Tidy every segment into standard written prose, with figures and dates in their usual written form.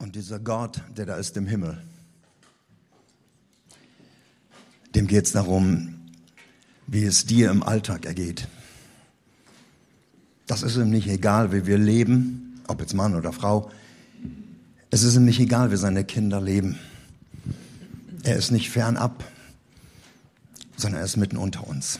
Und dieser Gott, der da ist im Himmel, dem geht es darum, wie es dir im Alltag ergeht. Das ist ihm nicht egal, wie wir leben, ob jetzt Mann oder Frau. Es ist ihm nicht egal, wie seine Kinder leben. Er ist nicht fernab, sondern er ist mitten unter uns.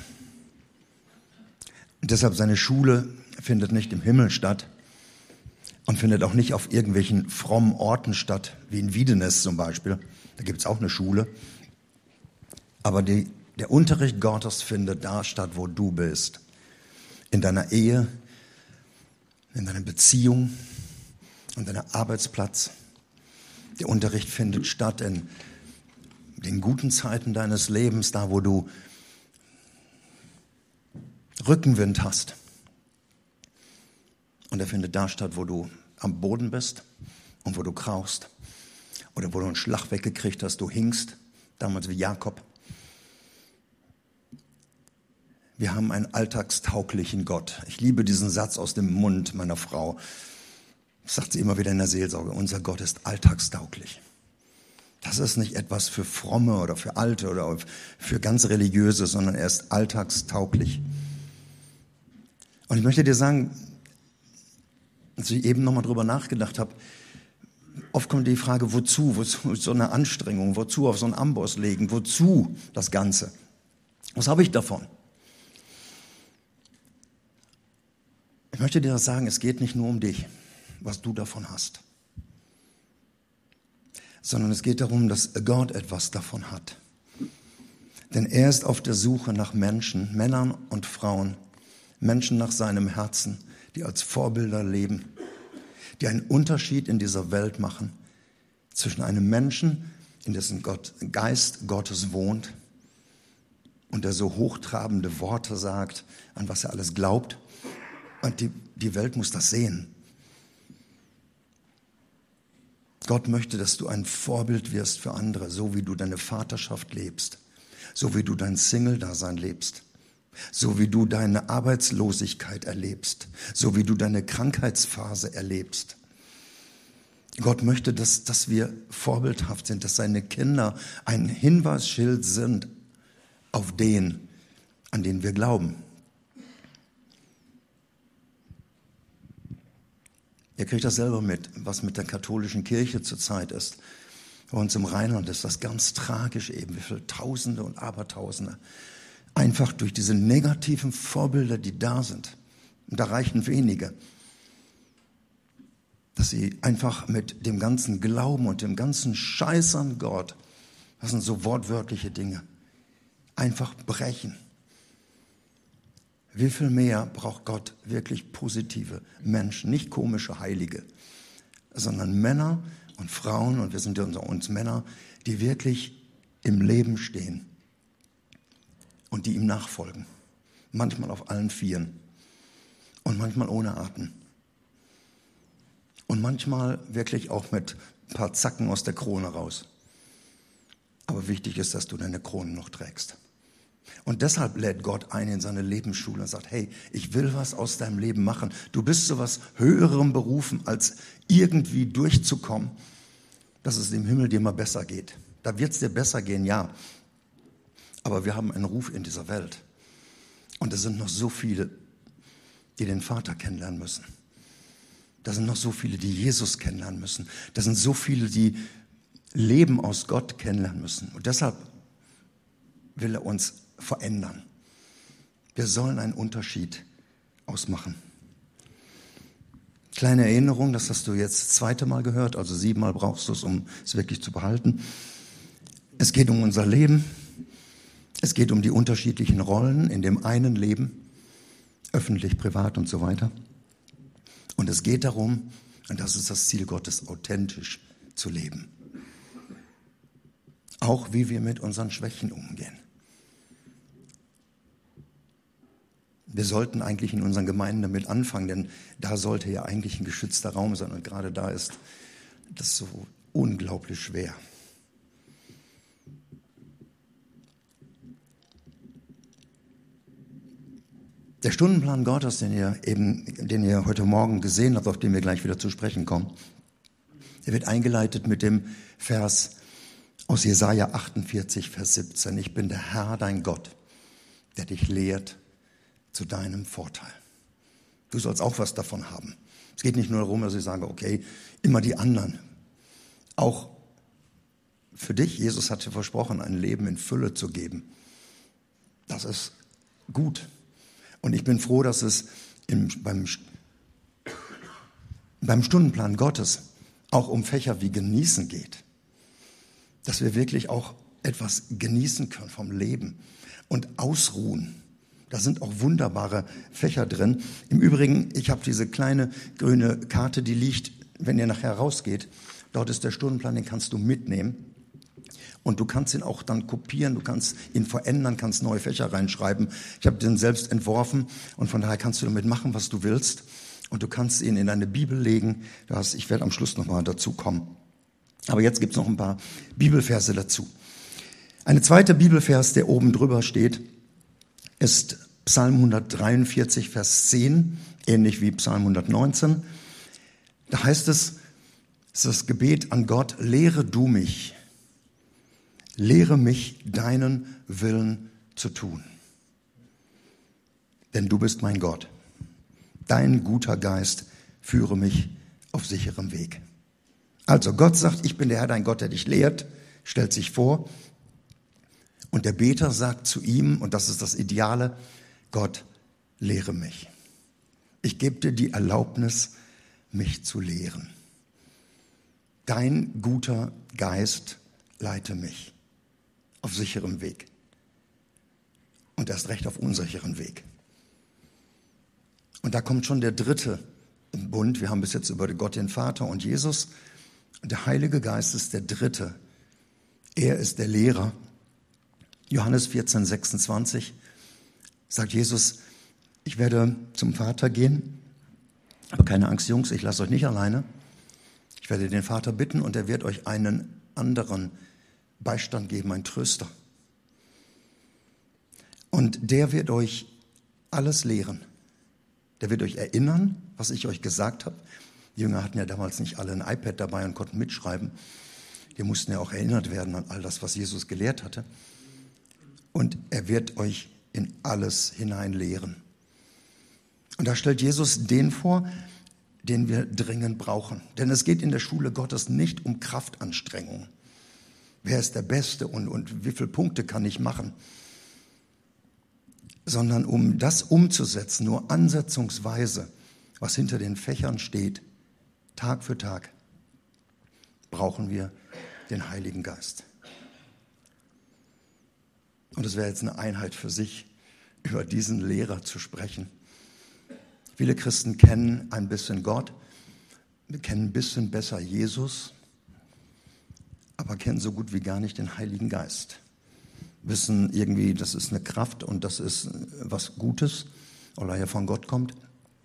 Und deshalb seine Schule findet nicht im Himmel statt und findet auch nicht auf irgendwelchen frommen Orten statt, wie in Wiedenes zum Beispiel. Da gibt es auch eine Schule. Aber der Unterricht Gottes findet da statt, wo du bist. In deiner Ehe, in deiner Beziehung, an deinem Arbeitsplatz. Der Unterricht findet statt in den guten Zeiten deines Lebens, da wo du Rückenwind hast. Und er findet da statt, wo du am Boden bist und wo du krauchst. Oder wo du einen Schlag weggekriegt hast, du hingst, damals wie Jakob. Wir haben einen alltagstauglichen Gott. Ich liebe diesen Satz aus dem Mund meiner Frau. Das sagt sie immer wieder in der Seelsorge. Unser Gott ist alltagstauglich. Das ist nicht etwas für Fromme oder für Alte oder für ganz Religiöse, sondern er ist alltagstauglich. Und ich möchte dir sagen, als ich eben nochmal drüber nachgedacht habe, oft kommt die Frage, wozu so eine Anstrengung, wozu auf so einen Amboss legen, wozu das Ganze? Was habe ich davon? Ich möchte dir das sagen, es geht nicht nur um dich, was du davon hast, sondern es geht darum, dass Gott etwas davon hat. Denn er ist auf der Suche nach Menschen, Männern und Frauen, Menschen nach seinem Herzen, die als Vorbilder leben, die einen Unterschied in dieser Welt machen zwischen einem Menschen, in dessen Geist Gottes wohnt und der so hochtrabende Worte sagt, an was er alles glaubt. Und die Welt muss das sehen. Gott möchte, dass du ein Vorbild wirst für andere, so wie du deine Vaterschaft lebst, so wie du dein Single-Dasein lebst, so wie du deine Arbeitslosigkeit erlebst, so wie du deine Krankheitsphase erlebst. Gott möchte, dass wir vorbildhaft sind, dass seine Kinder ein Hinweisschild sind auf den, an den wir glauben. Ihr kriegt das selber mit, was mit der katholischen Kirche zurzeit ist. Bei uns im Rheinland ist das ganz tragisch eben, wie viele Tausende und Abertausende einfach durch diese negativen Vorbilder, die da sind, und da reichen wenige, dass sie einfach mit dem ganzen Glauben und dem ganzen Scheiß an Gott, das sind so wortwörtliche Dinge, einfach brechen. Wie viel mehr braucht Gott wirklich positive Menschen, nicht komische Heilige, sondern Männer und Frauen, und wir sind ja unter uns Männer, die wirklich im Leben stehen und die ihm nachfolgen. Manchmal auf allen Vieren und manchmal ohne Atem. Und manchmal wirklich auch mit ein paar Zacken aus der Krone raus. Aber wichtig ist, dass du deine Krone noch trägst. Und deshalb lädt Gott ein in seine Lebensschule und sagt, hey, ich will was aus deinem Leben machen. Du bist zu was Höherem berufen, als irgendwie durchzukommen, dass es im Himmel dir mal besser geht. Da wird es dir besser gehen, ja. Aber wir haben einen Ruf in dieser Welt. Und es sind noch so viele, die den Vater kennenlernen müssen. Da sind noch so viele, die Jesus kennenlernen müssen. Da sind so viele, die Leben aus Gott kennenlernen müssen. Und deshalb will er uns verändern. Wir sollen einen Unterschied ausmachen. Kleine Erinnerung, das hast du jetzt das 2. Mal gehört, also 7 Mal brauchst du es, um es wirklich zu behalten. Es geht um unser Leben. Es geht um die unterschiedlichen Rollen in dem einen Leben, öffentlich, privat und so weiter. Und es geht darum, und das ist das Ziel Gottes, authentisch zu leben. Auch wie wir mit unseren Schwächen umgehen. Wir sollten eigentlich in unseren Gemeinden damit anfangen, denn da sollte ja eigentlich ein geschützter Raum sein. Und gerade da ist das so unglaublich schwer. Der Stundenplan Gottes, den ihr heute Morgen gesehen habt, auf den wir gleich wieder zu sprechen kommen, Er wird eingeleitet mit dem Vers aus Jesaja 48, Vers 17. Ich bin der Herr, dein Gott, der dich lehrt zu deinem Vorteil. Du sollst auch was davon haben. Es geht nicht nur darum, dass ich sage, okay, immer die anderen. Auch für dich, Jesus hat dir versprochen, ein Leben in Fülle zu geben. Das ist gut. Und ich bin froh, dass es beim Stundenplan Gottes auch um Fächer wie Genießen geht. Dass wir wirklich auch etwas genießen können vom Leben und ausruhen. Da sind auch wunderbare Fächer drin. Im Übrigen, ich habe diese kleine grüne Karte, die liegt, wenn ihr nachher rausgeht. Dort ist der Stundenplan, den kannst du mitnehmen. Und du kannst ihn auch dann kopieren, du kannst ihn verändern, kannst neue Fächer reinschreiben. Ich habe den selbst entworfen und von daher kannst du damit machen, was du willst. Und du kannst ihn in deine Bibel legen. Ich werde am Schluss nochmal dazu kommen. Aber jetzt gibt es noch ein paar Bibelverse dazu. Eine zweite Bibelvers, der oben drüber steht, ist Psalm 143, Vers 10, ähnlich wie Psalm 119. Da heißt es, ist das Gebet an Gott, lehre mich deinen Willen zu tun. Denn du bist mein Gott. Dein guter Geist führe mich auf sicherem Weg. Also Gott sagt, ich bin der Herr, dein Gott, der dich lehrt, stellt sich vor. Und der Beter sagt zu ihm, und das ist das Ideale, Gott, lehre mich. Ich gebe dir die Erlaubnis, mich zu lehren. Dein guter Geist leite mich auf sicherem Weg. Und erst recht auf unsicheren Weg. Und da kommt schon der dritte im Bund. Wir haben bis jetzt über Gott, den Vater und Jesus. Und der Heilige Geist ist der dritte. Er ist der Lehrer. Johannes 14, 26 sagt Jesus, ich werde zum Vater gehen, aber keine Angst, Jungs, ich lasse euch nicht alleine. Ich werde den Vater bitten und er wird euch einen anderen Beistand geben, einen Tröster. Und der wird euch alles lehren. Der wird euch erinnern, was ich euch gesagt habe. Die Jünger hatten ja damals nicht alle ein iPad dabei und konnten mitschreiben. Die mussten ja auch erinnert werden an all das, was Jesus gelehrt hatte. Und er wird euch in alles hinein lehren. Und da stellt Jesus den vor, den wir dringend brauchen. Denn es geht in der Schule Gottes nicht um Kraftanstrengung. Wer ist der Beste und wie viele Punkte kann ich machen? Sondern um das umzusetzen, nur ansetzungsweise, was hinter den Fächern steht, Tag für Tag, brauchen wir den Heiligen Geist. Und es wäre jetzt eine Einheit für sich, über diesen Lehrer zu sprechen. Viele Christen kennen ein bisschen Gott, wir kennen ein bisschen besser Jesus, aber kennen so gut wie gar nicht den Heiligen Geist. Wissen irgendwie, das ist eine Kraft und das ist was Gutes, oder er von Gott kommt.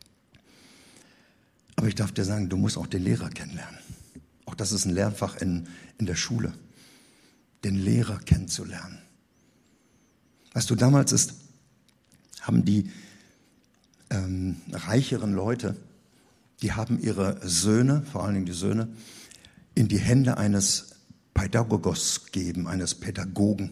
Aber ich darf dir sagen, du musst auch den Lehrer kennenlernen. Auch das ist ein Lernfach in der Schule, den Lehrer kennenzulernen. Weißt du, damals haben die reicheren Leute, die haben ihre Söhne, vor allen Dingen die Söhne, in die Hände eines Pädagogos gegeben, eines Pädagogen.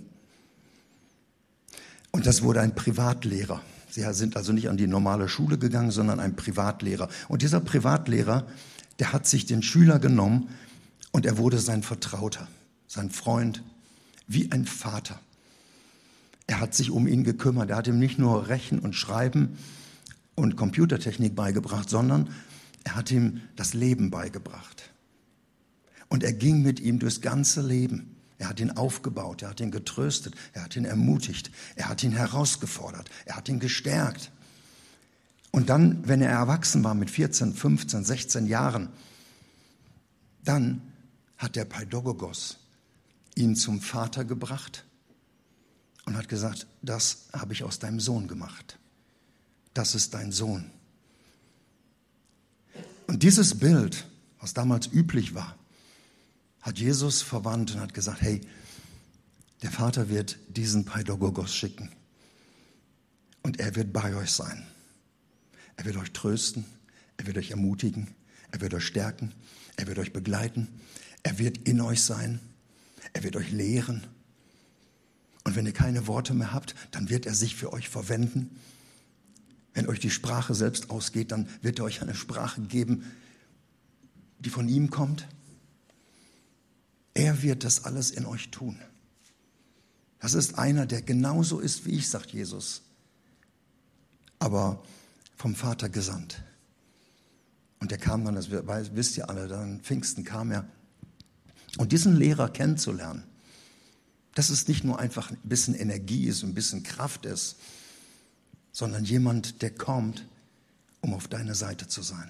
Und das wurde ein Privatlehrer. Sie sind also nicht an die normale Schule gegangen, sondern ein Privatlehrer. Und dieser Privatlehrer, der hat sich den Schüler genommen und er wurde sein Vertrauter, sein Freund, wie ein Vater. Er hat sich um ihn gekümmert. Er hat ihm nicht nur Rechnen und Schreiben und Computertechnik beigebracht, sondern er hat ihm das Leben beigebracht. Und er ging mit ihm durchs ganze Leben. Er hat ihn aufgebaut, er hat ihn getröstet, er hat ihn ermutigt, er hat ihn herausgefordert, er hat ihn gestärkt. Und dann, wenn er erwachsen war mit 14, 15, 16 Jahren, dann hat der Pädagogos ihn zum Vater gebracht und hat gesagt, das habe ich aus deinem Sohn gemacht. Das ist dein Sohn. Und dieses Bild, was damals üblich war, hat Jesus verwandt und hat gesagt, hey, der Vater wird diesen Pädagogos schicken und er wird bei euch sein. Er wird euch trösten, er wird euch ermutigen, er wird euch stärken, Er wird euch begleiten. Er wird in euch sein. Er wird euch lehren. Und wenn ihr keine Worte mehr habt, dann wird er sich für euch verwenden. Wenn euch die Sprache selbst ausgeht, dann wird er euch eine Sprache geben, die von ihm kommt. Er wird das alles in euch tun. Das ist einer, der genauso ist wie ich, sagt Jesus, aber vom Vater gesandt. Und der kam dann, das wisst ihr alle, dann Pfingsten kam er. Und diesen Lehrer kennenzulernen, dass es nicht nur einfach ein bisschen Energie ist, ein bisschen Kraft ist, sondern jemand, der kommt, um auf deiner Seite zu sein.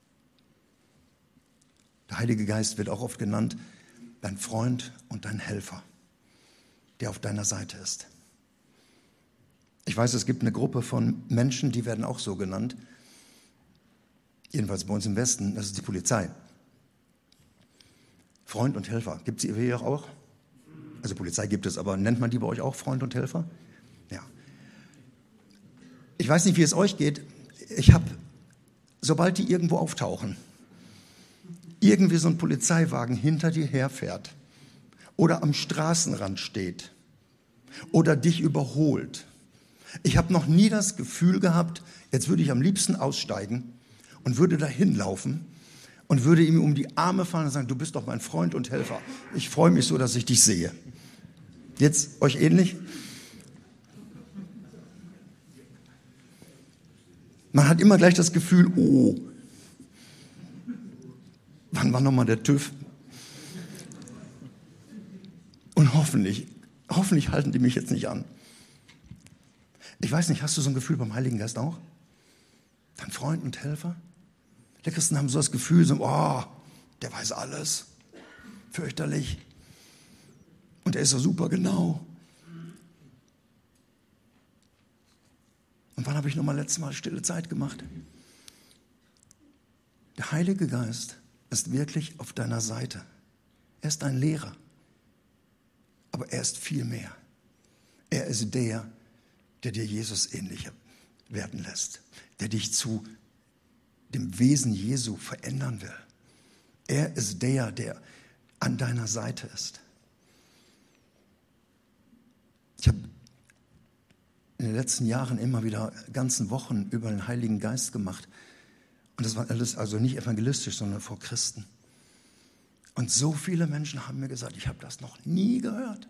Der Heilige Geist wird auch oft genannt, dein Freund und dein Helfer, der auf deiner Seite ist. Ich weiß, es gibt eine Gruppe von Menschen, die werden auch so genannt, jedenfalls bei uns im Westen, das ist die Polizei. Freund und Helfer, gibt es hier auch? Also Polizei gibt es, aber nennt man die bei euch auch Freund und Helfer? Ja. Ich weiß nicht, wie es euch geht. Ich habe, sobald die irgendwo auftauchen, irgendwie so ein Polizeiwagen hinter dir herfährt oder am Straßenrand steht oder dich überholt. Ich habe noch nie das Gefühl gehabt, jetzt würde ich am liebsten aussteigen und würde dahin laufen und würde ihm um die Arme fallen und sagen, du bist doch mein Freund und Helfer. Ich freue mich so, dass ich dich sehe. Jetzt euch ähnlich? Man hat immer gleich das Gefühl, oh, wann war nochmal der TÜV? Und hoffentlich halten die mich jetzt nicht an. Ich weiß nicht, hast du so ein Gefühl beim Heiligen Geist auch? Dein Freund und Helfer? Die Christen haben so das Gefühl, so, oh, der weiß alles. Fürchterlich. Und er ist so super genau. Und wann habe ich nochmal letztes Mal stille Zeit gemacht? Der Heilige Geist ist wirklich auf deiner Seite. Er ist dein Lehrer. Aber er ist viel mehr. Er ist der dir Jesus ähnlicher werden lässt. Der dich zu dem Wesen Jesu verändern will. Er ist der an deiner Seite ist. Ich habe in den letzten Jahren immer wieder ganzen Wochen über den Heiligen Geist gemacht. Und das war alles also nicht evangelistisch, sondern vor Christen. Und so viele Menschen haben mir gesagt, ich habe das noch nie gehört.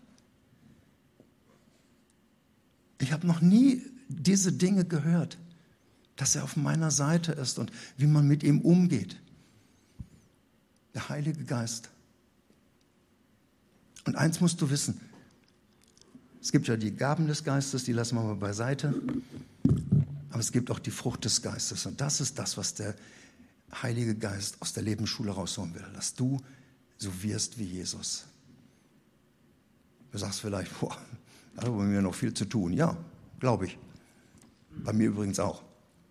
Ich habe noch nie diese Dinge gehört, dass er auf meiner Seite ist und wie man mit ihm umgeht. Der Heilige Geist. Und eins musst du wissen, es gibt ja die Gaben des Geistes, die lassen wir mal beiseite, aber es gibt auch die Frucht des Geistes. Und das ist das, was der Heilige Geist aus der Lebensschule rausholen will, dass du so wirst wie Jesus. Du sagst vielleicht, boah, da haben wir noch viel zu tun. Ja, glaube ich. Bei mir übrigens auch.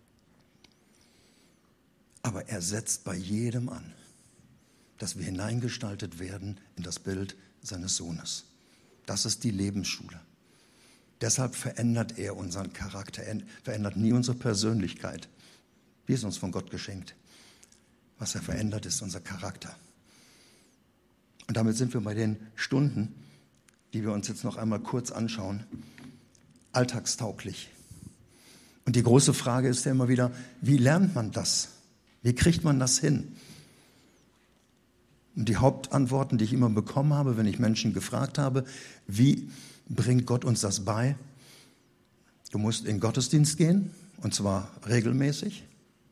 Aber er setzt bei jedem an, dass wir hineingestaltet werden in das Bild seines Sohnes. Das ist die Lebensschule. Deshalb verändert er unseren Charakter, er verändert nie unsere Persönlichkeit. Die ist uns von Gott geschenkt. Was er verändert, ist unser Charakter. Und damit sind wir bei den Stunden, die wir uns jetzt noch einmal kurz anschauen, alltagstauglich. Und die große Frage ist ja immer wieder, wie lernt man das? Wie kriegt man das hin? Und die Hauptantworten, die ich immer bekommen habe, wenn ich Menschen gefragt habe, wie bringt Gott uns das bei? Du musst in den Gottesdienst gehen, und zwar regelmäßig.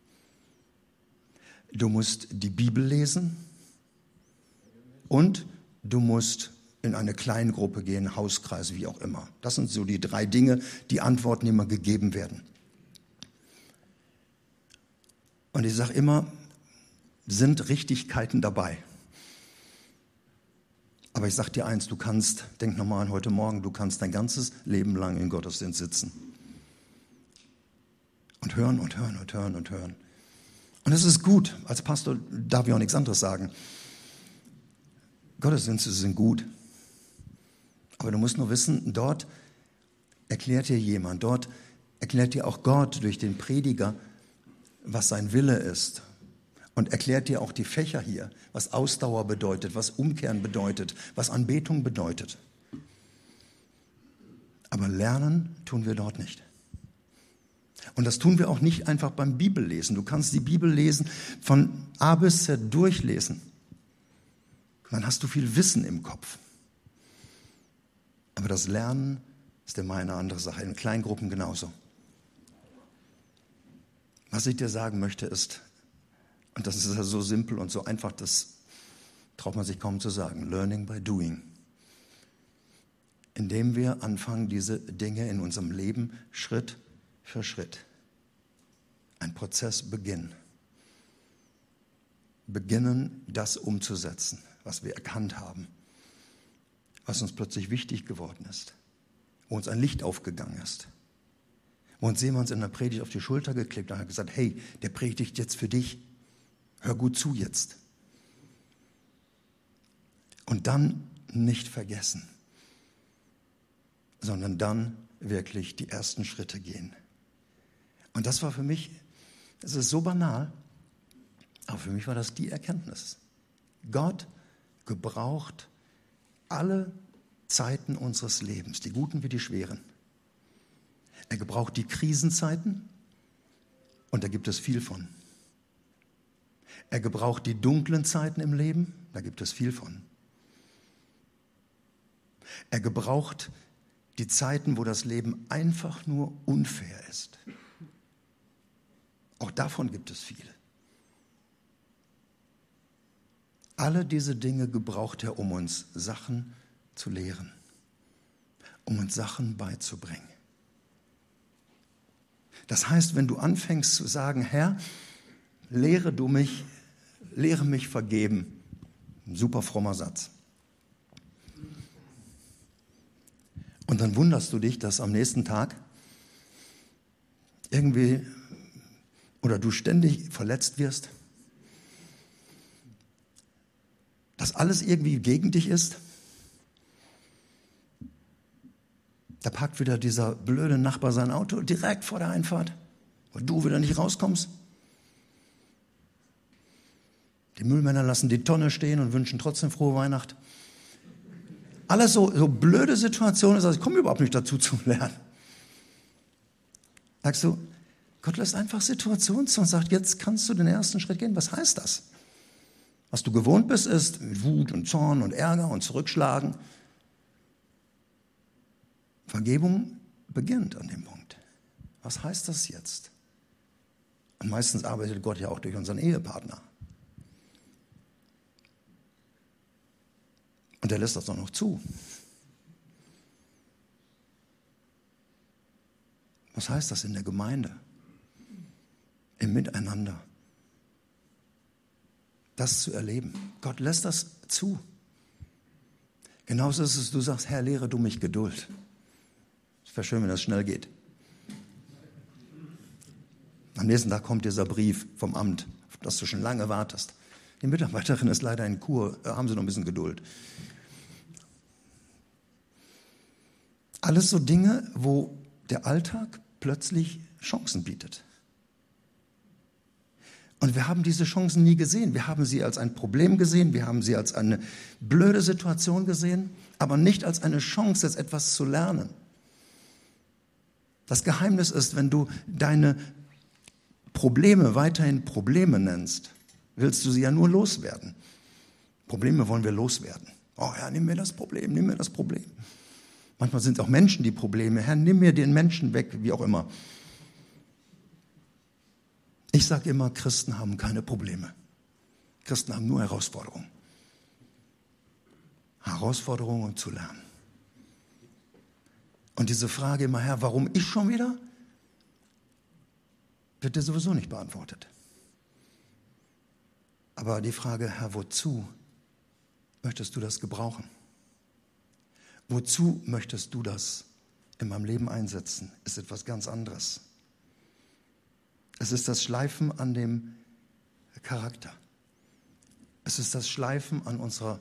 Du musst die Bibel lesen und du musst in eine Kleingruppe gehen, Hauskreis, wie auch immer. Das sind so die 3 Dinge, die Antworten, die immer gegeben werden. Und ich sage immer, sind Richtigkeiten dabei. Aber ich sage dir eins, denk nochmal an heute Morgen, du kannst dein ganzes Leben lang im Gottesdienst sitzen. Und hören und hören und hören und hören. Und es ist gut, als Pastor darf ich auch nichts anderes sagen. Gottesdienste sind gut. Aber du musst nur wissen, dort erklärt dir jemand, dort erklärt dir auch Gott durch den Prediger, was sein Wille ist. und erklärt dir auch die Fächer hier, was Ausdauer bedeutet, was Umkehren bedeutet, was Anbetung bedeutet. Aber lernen tun wir dort nicht. Und das tun wir auch nicht einfach beim Bibellesen. Du kannst die Bibel lesen, von A bis Z durchlesen. Dann hast du viel Wissen im Kopf. Aber das Lernen ist immer eine andere Sache, in Kleingruppen genauso. Was ich dir sagen möchte ist, und das ist ja so simpel und so einfach, das traut man sich kaum zu sagen, learning by doing. Indem wir anfangen, diese Dinge in unserem Leben Schritt für Schritt, ein Prozess beginnen, das umzusetzen, was wir erkannt haben, was uns plötzlich wichtig geworden ist, wo uns ein Licht aufgegangen ist, wo uns jemand in der Predigt auf die Schulter geklebt hat und hat gesagt, hey, der predigt jetzt für dich, hör gut zu jetzt. Und dann nicht vergessen, sondern dann wirklich die ersten Schritte gehen. Und das war für mich, es ist so banal, aber für mich war das die Erkenntnis. Gott gebraucht alle Zeiten unseres Lebens, die guten wie die schweren. Er gebraucht die Krisenzeiten und da gibt es viel von. Er gebraucht die dunklen Zeiten im Leben, da gibt es viel von. Er gebraucht die Zeiten, wo das Leben einfach nur unfair ist. Auch davon gibt es viele. Alle diese Dinge gebraucht er, um uns Sachen zu lehren, um uns Sachen beizubringen. Das heißt, wenn du anfängst zu sagen, Herr, lehre mich vergeben, ein super frommer Satz. Und dann wunderst du dich, dass am nächsten Tag irgendwie oder du ständig verletzt wirst, dass alles irgendwie gegen dich ist. Da parkt wieder dieser blöde Nachbar sein Auto direkt vor der Einfahrt, wo du wieder nicht rauskommst. Die Müllmänner lassen die Tonne stehen und wünschen trotzdem frohe Weihnacht. Alles so blöde Situationen, ich komme überhaupt nicht dazu zu lernen. Sagst du, Gott lässt einfach Situationen zu und sagt, jetzt kannst du den ersten Schritt gehen. Was heißt das? Was du gewohnt bist, ist Wut und Zorn und Ärger und Zurückschlagen. Vergebung beginnt an dem Punkt. Was heißt das jetzt? Und meistens arbeitet Gott ja auch durch unseren Ehepartner. Und er lässt das auch noch zu. Was heißt das in der Gemeinde? Im Miteinander. Das zu erleben. Gott lässt das zu. Genauso ist es, du sagst, Herr, lehre du mich Geduld. Es wäre schön, wenn das schnell geht. Am nächsten Tag kommt dieser Brief vom Amt, auf das du schon lange wartest. Die Mitarbeiterin ist leider in Kur, haben Sie noch ein bisschen Geduld. Alles so Dinge, wo der Alltag plötzlich Chancen bietet. Und wir haben diese Chancen nie gesehen. Wir haben sie als ein Problem gesehen, wir haben sie als eine blöde Situation gesehen, aber nicht als eine Chance, jetzt etwas zu lernen. Das Geheimnis ist, wenn du deine Probleme weiterhin Probleme nennst, willst du sie ja nur loswerden. Probleme wollen wir loswerden. Oh Herr, nimm mir das Problem, nimm mir das Problem. Manchmal sind auch Menschen die Probleme. Herr, nimm mir den Menschen weg, wie auch immer. Ich sage immer, Christen haben keine Probleme. Christen haben nur Herausforderungen. Herausforderungen zu lernen. Und diese Frage immer, Herr, warum ich schon wieder? Wird dir sowieso nicht beantwortet. Aber die Frage, Herr, wozu möchtest du das gebrauchen? Wozu möchtest du das in meinem Leben einsetzen? Ist etwas ganz anderes. Es ist das Schleifen an dem Charakter. Es ist das Schleifen an unserem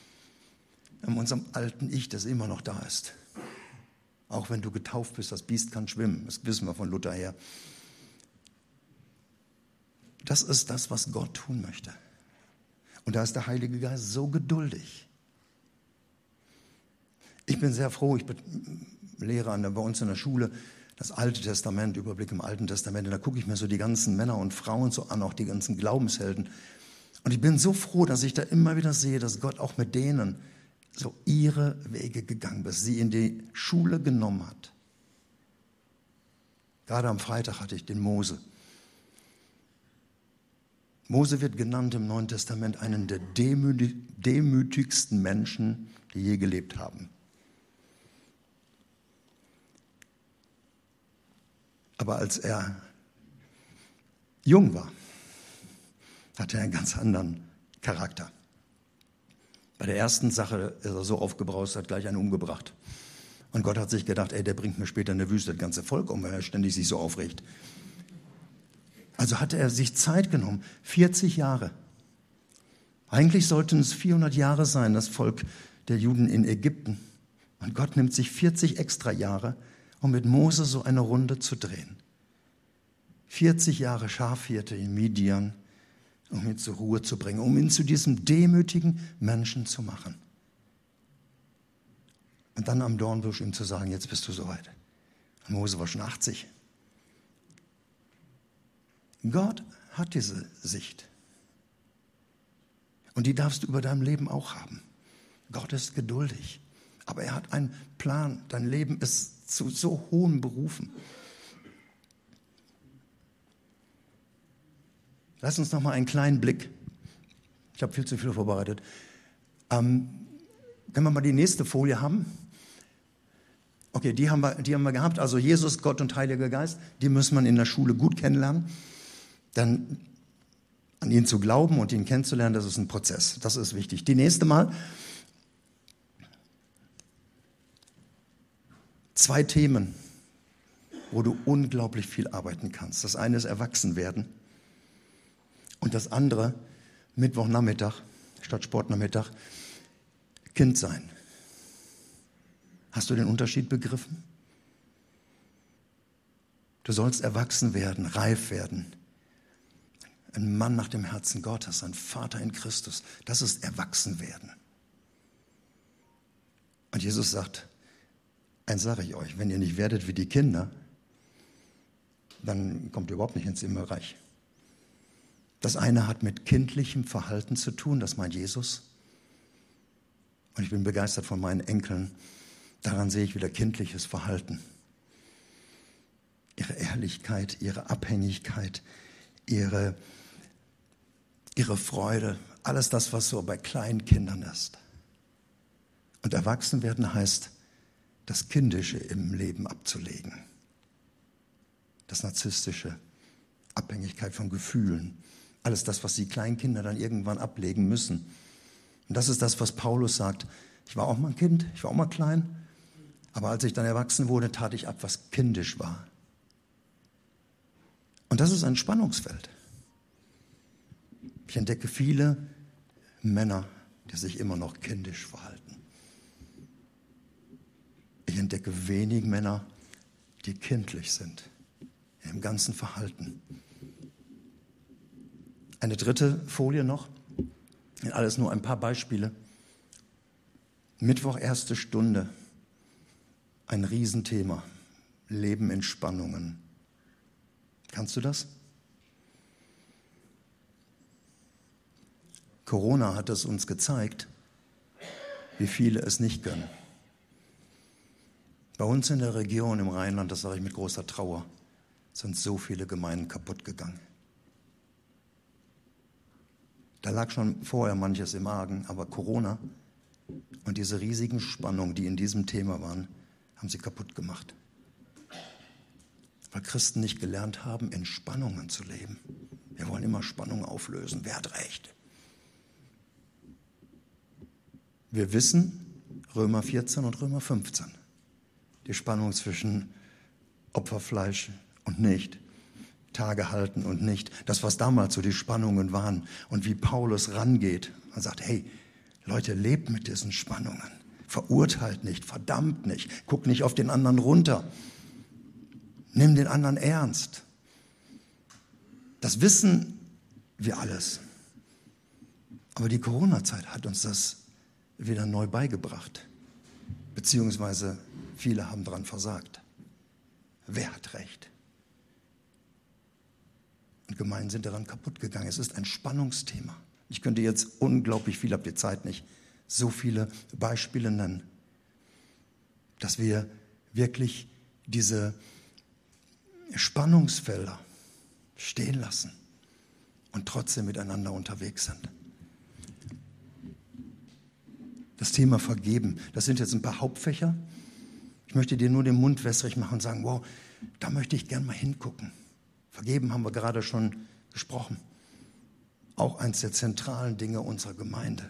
alten Ich, das immer noch da ist. Auch wenn du getauft bist, das Biest kann schwimmen. Das wissen wir von Luther her. Das ist das, was Gott tun möchte. Und da ist der Heilige Geist so geduldig. Ich bin sehr froh, ich bin Lehrer bei uns in der Schule, das Alte Testament, Überblick im Alten Testament, und da gucke ich mir so die ganzen Männer und Frauen so an, auch die ganzen Glaubenshelden. Und ich bin so froh, dass ich da immer wieder sehe, dass Gott auch mit denen so ihre Wege gegangen ist, sie in die Schule genommen hat. Gerade am Freitag hatte ich den Mose. Mose wird genannt im Neuen Testament einen der demütigsten Menschen, die je gelebt haben. Aber als er jung war, hatte er einen ganz anderen Charakter. Bei der ersten Sache ist er so aufgebraust, hat gleich einen umgebracht. Und Gott hat sich gedacht, der bringt mir später in der Wüste das ganze Volk um, weil er ständig sich so aufregt. Also hatte er sich Zeit genommen, 40 Jahre. Eigentlich sollten es 400 Jahre sein, das Volk der Juden in Ägypten. Und Gott nimmt sich 40 extra Jahre, um mit Mose so eine Runde zu drehen. 40 Jahre Schafhirte in Midian, um ihn zur Ruhe zu bringen, um ihn zu diesem demütigen Menschen zu machen. Und dann am Dornbusch ihm zu sagen, jetzt bist du soweit. Und Mose war schon 80. Gott hat diese Sicht. Und die darfst du über deinem Leben auch haben. Gott ist geduldig. Aber er hat einen Plan. Dein Leben ist zu so hohen Berufen. Lass uns noch mal einen kleinen Blick. Ich habe viel zu viel vorbereitet. Können wir mal die nächste Folie haben? Okay, die haben wir gehabt. Also Jesus, Gott und Heiliger Geist, die muss man in der Schule gut kennenlernen. Dann an ihn zu glauben und ihn kennenzulernen, das ist ein Prozess. Das ist wichtig. Die nächste Mal 2 Themen, wo du unglaublich viel arbeiten kannst. Das eine ist Erwachsenwerden und das andere, Mittwochnachmittag, statt Sportnachmittag, Kind sein. Hast du den Unterschied begriffen? Du sollst erwachsen werden, reif werden. Ein Mann nach dem Herzen Gottes, ein Vater in Christus. Das ist Erwachsenwerden. Und Jesus sagt, eins sage ich euch, wenn ihr nicht werdet wie die Kinder, dann kommt ihr überhaupt nicht ins Himmelreich. Das eine hat mit kindlichem Verhalten zu tun, das meint Jesus. Und ich bin begeistert von meinen Enkeln. Daran sehe ich wieder kindliches Verhalten. Ihre Ehrlichkeit, ihre Abhängigkeit, ihre Freude, alles das, was so bei kleinen Kindern ist. Und erwachsen werden heißt, das Kindische im Leben abzulegen. Das Narzisstische, Abhängigkeit von Gefühlen, alles das, was die kleinen Kinder dann irgendwann ablegen müssen. Und das ist das, was Paulus sagt. Ich war auch mal ein Kind, ich war auch mal klein, aber als ich dann erwachsen wurde, tat ich ab, was kindisch war. Und das ist ein Spannungsfeld. Ich entdecke viele Männer, die sich immer noch kindisch verhalten. Ich entdecke wenig Männer, die kindlich sind im ganzen Verhalten. Eine dritte Folie noch, alles nur ein paar Beispiele. Mittwoch, 1. Stunde, ein Riesenthema, Leben in Spannungen. Kannst du das? Corona hat es uns gezeigt, wie viele es nicht können. Bei uns in der Region im Rheinland, das sage ich mit großer Trauer, sind so viele Gemeinden kaputt gegangen. Da lag schon vorher manches im Argen, aber Corona und diese riesigen Spannungen, die in diesem Thema waren, haben sie kaputt gemacht. Weil Christen nicht gelernt haben, in Spannungen zu leben. Wir wollen immer Spannungen auflösen. Wer hat recht? Wir wissen, Römer 14 und Römer 15, die Spannung zwischen Opferfleisch und nicht, Tage halten und nicht, das, was damals so die Spannungen waren und wie Paulus rangeht und sagt, hey, Leute, lebt mit diesen Spannungen, verurteilt nicht, verdammt nicht, guck nicht auf den anderen runter, nimm den anderen ernst. Das Wissen wie alles. Aber die Corona-Zeit hat uns das wieder neu beigebracht. Beziehungsweise viele haben daran versagt. Wer hat recht? Und Gemeinden sind daran kaputt gegangen. Es ist ein Spannungsthema. Ich könnte jetzt unglaublich viel, habt ihr Zeit nicht, so viele Beispiele nennen, dass wir wirklich diese Spannungsfelder stehen lassen und trotzdem miteinander unterwegs sind. Das Thema Vergeben, das sind jetzt ein paar Hauptfächer. Ich möchte dir nur den Mund wässrig machen und sagen, wow, da möchte ich gern mal hingucken. Vergeben haben wir gerade schon gesprochen. Auch eines der zentralen Dinge unserer Gemeinde.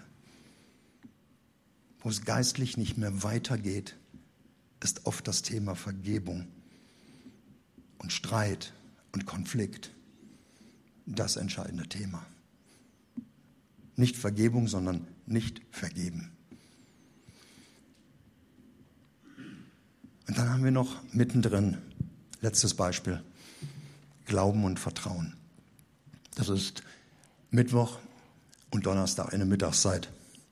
Wo es geistlich nicht mehr weitergeht, ist oft das Thema Vergebung und Streit und Konflikt. Das entscheidende Thema. Nicht Vergebung, sondern nicht vergeben. Und dann haben wir noch mittendrin, letztes Beispiel, Glauben und Vertrauen. Das ist Mittwoch und Donnerstag in der Mittagszeit.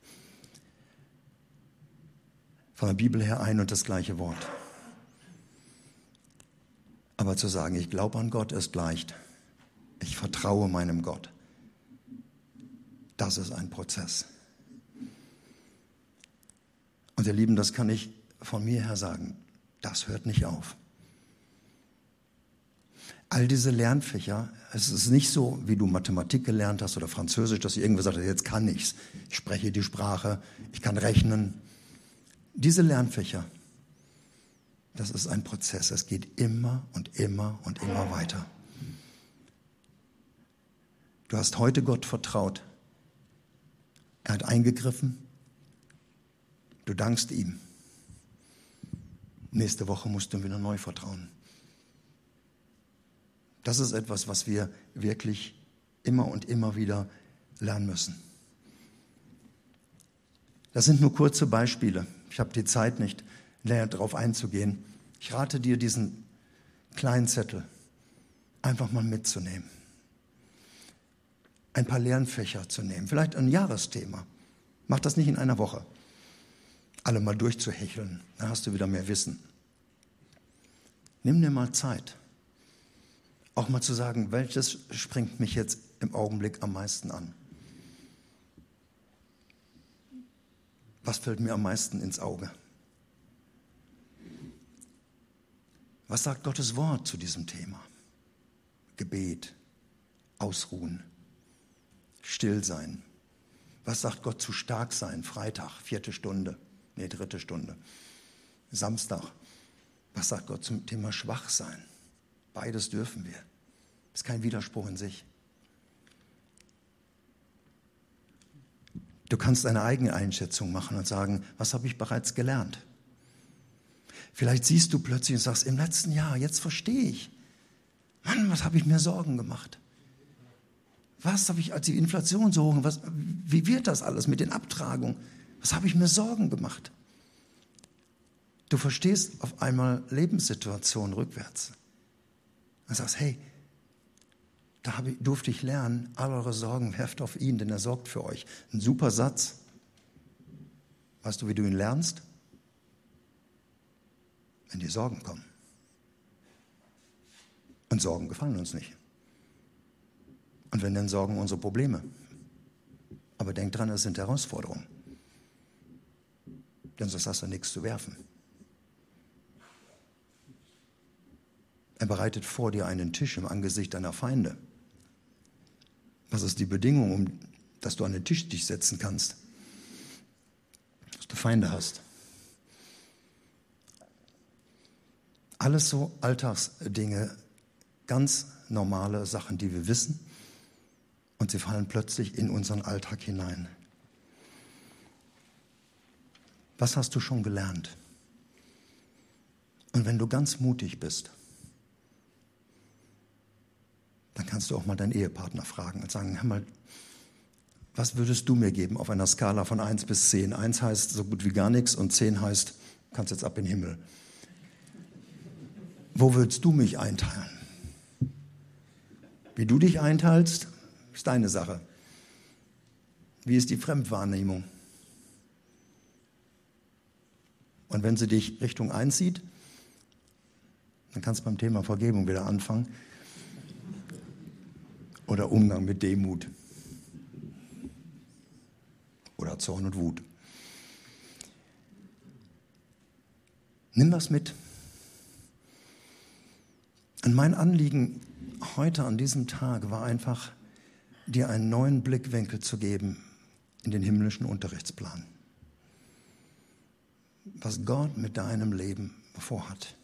Von der Bibel her ein und das gleiche Wort. Aber zu sagen, ich glaube an Gott, ist leicht. Ich vertraue meinem Gott. Das ist ein Prozess. Und ihr Lieben, das kann ich von mir her sagen, das hört nicht auf. All diese Lernfächer, es ist nicht so, wie du Mathematik gelernt hast oder Französisch, dass du irgendwo sagst, jetzt kann ich's. Ich spreche die Sprache, ich kann rechnen. Diese Lernfächer, das ist ein Prozess. Es geht immer und immer und immer weiter. Du hast heute Gott vertraut. Er hat eingegriffen. Du dankst ihm. Nächste Woche musst du ihm wieder neu vertrauen. Das ist etwas, was wir wirklich immer und immer wieder lernen müssen. Das sind nur kurze Beispiele. Ich habe die Zeit nicht, näher darauf einzugehen. Ich rate dir, diesen kleinen Zettel einfach mal mitzunehmen. Ein paar Lernfächer zu nehmen, vielleicht ein Jahresthema. Mach das nicht in einer Woche. Alle mal durchzuhecheln, dann hast du wieder mehr Wissen. Nimm dir mal Zeit, auch mal zu sagen, welches springt mich jetzt im Augenblick am meisten an? Was fällt mir am meisten ins Auge? Was sagt Gottes Wort zu diesem Thema? Gebet, Ausruhen, still sein. Was sagt Gott zu stark sein? Freitag, 3. Stunde. Samstag. Was sagt Gott zum Thema schwach sein? Beides dürfen wir. Das ist kein Widerspruch in sich. Du kannst eine eigene Einschätzung machen und sagen, was habe ich bereits gelernt? Vielleicht siehst du plötzlich und sagst, im letzten Jahr, jetzt verstehe ich. Mann, was habe ich mir Sorgen gemacht? Was habe ich, als die Inflation so hoch, wie wird das alles mit den Abtragungen? Was habe ich mir Sorgen gemacht? Du verstehst auf einmal Lebenssituationen rückwärts. Und sagst, hey, durfte ich lernen, all eure Sorgen werft auf ihn, denn er sorgt für euch. Ein super Satz. Weißt du, wie du ihn lernst? Wenn die Sorgen kommen. Und Sorgen gefallen uns nicht. Und wenn, dann Sorgen unsere Probleme. Aber denk dran, es sind Herausforderungen. Denn sonst hast du nichts zu werfen. Er bereitet vor dir einen Tisch im Angesicht deiner Feinde. Was ist die Bedingung, dass du an den Tisch dich setzen kannst? Dass du Feinde hast. Alles so Alltagsdinge, ganz normale Sachen, die wir wissen. Und sie fallen plötzlich in unseren Alltag hinein. Was hast du schon gelernt? Und wenn du ganz mutig bist, dann kannst du auch mal deinen Ehepartner fragen und sagen, hör mal, was würdest du mir geben auf einer Skala von 1 bis 10? 1 heißt so gut wie gar nichts und 10 heißt, du kannst jetzt ab in den Himmel. Wo würdest du mich einteilen? Wie du dich einteilst, Ist deine Sache. Wie ist die Fremdwahrnehmung? Und wenn sie dich Richtung einzieht, dann kannst du beim Thema Vergebung wieder anfangen. Oder Umgang mit Demut. Oder Zorn und Wut. Nimm das mit. Und mein Anliegen heute an diesem Tag war einfach, dir einen neuen Blickwinkel zu geben in den himmlischen Unterrichtsplan. Was Gott mit deinem Leben vorhat.